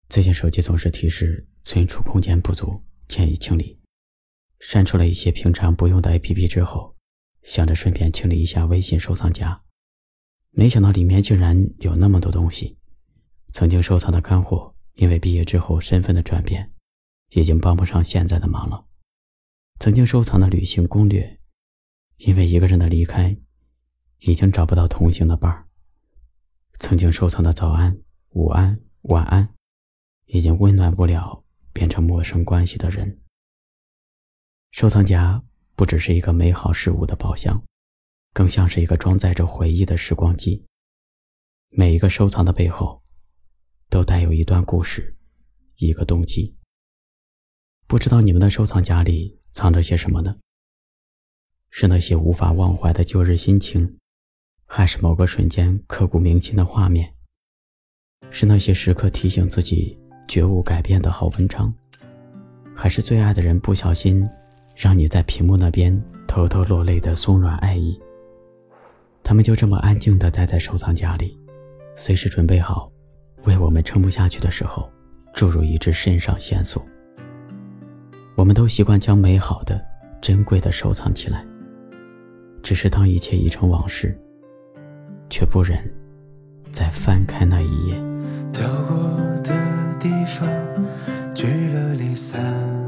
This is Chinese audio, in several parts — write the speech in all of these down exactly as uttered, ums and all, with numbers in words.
最近手机总是提示存储空间不足，建议清理。删除了一些平常不用的 A P P 之后，想着顺便清理一下微信收藏夹，没想到里面竟然有那么多东西。曾经收藏的干货，因为毕业之后身份的转变，已经帮不上现在的忙了。曾经收藏的旅行攻略，因为一个人的离开，已经找不到同行的伴儿。曾经收藏的早安、午安、晚安，已经温暖不了变成陌生关系的人。收藏夹不只是一个美好事物的宝箱，更像是一个装载着回忆的时光机。每一个收藏的背后，都带有一段故事，一个动机。不知道你们的收藏夹里藏着些什么呢？是那些无法忘怀的旧日心情，还是某个瞬间刻骨铭心的画面？是那些时刻提醒自己觉悟改变的好文章，还是最爱的人不小心让你在屏幕那边偷偷落泪的松软爱意？他们就这么安静地待在收藏夹里，随时准备好为我们撑不下去的时候注入一支肾上腺素。我们都习惯将美好的珍贵的收藏起来，只是当一切已成往事，却不忍再翻开那一页。 掉过的地方聚了离散，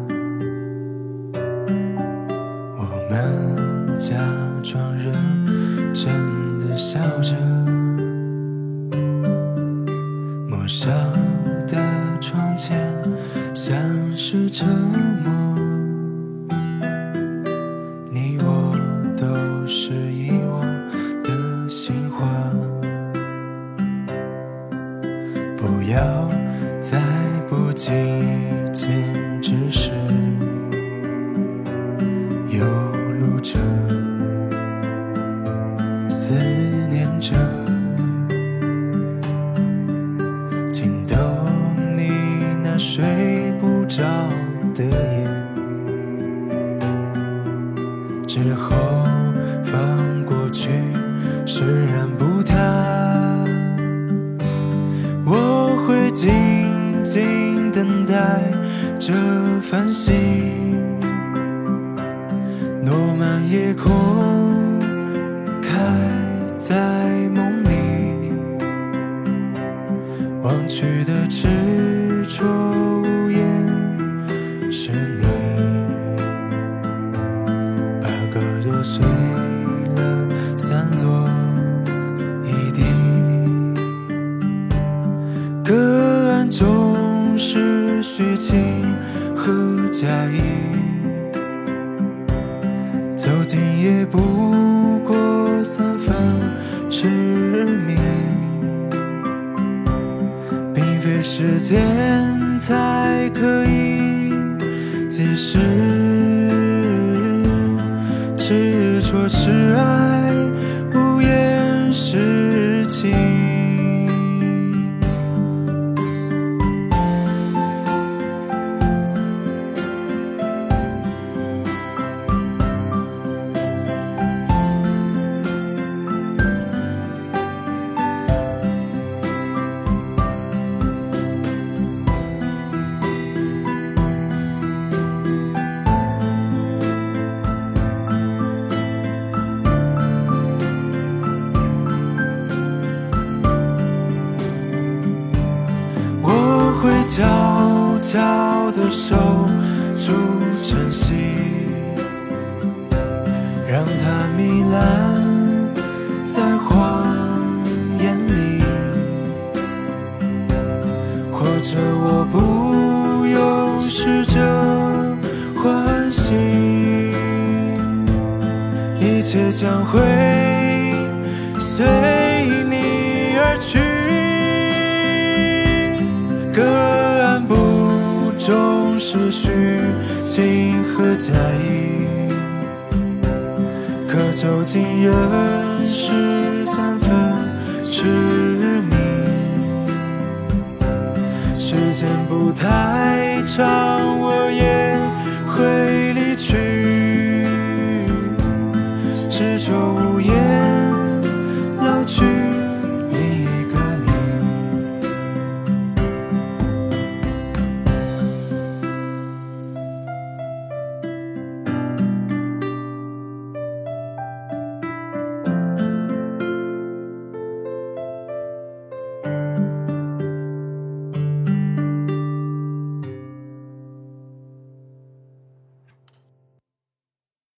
我们假装认真的笑着，陌上的窗前像是沉默，你我都是遗忘的心话，不要在不经意间只是游路着，思念着，惊动你那睡不着的夜，之后放过去释然不谈，我会静静等待这繁星落满夜空，开在梦里，忘去的执着无言是你，把歌都碎了散落一地，个案总是虚情和假意，走近也不过三分痴迷，并非时间才可以解释，执着是爱，无言是情。会悄悄地守住晨曦，让它糜烂在谎言里，或者我不用试着唤醒，一切将会随你而去，个案不重视虚情和假意，可走近仍是三分痴迷，时间不太长，我也会离去。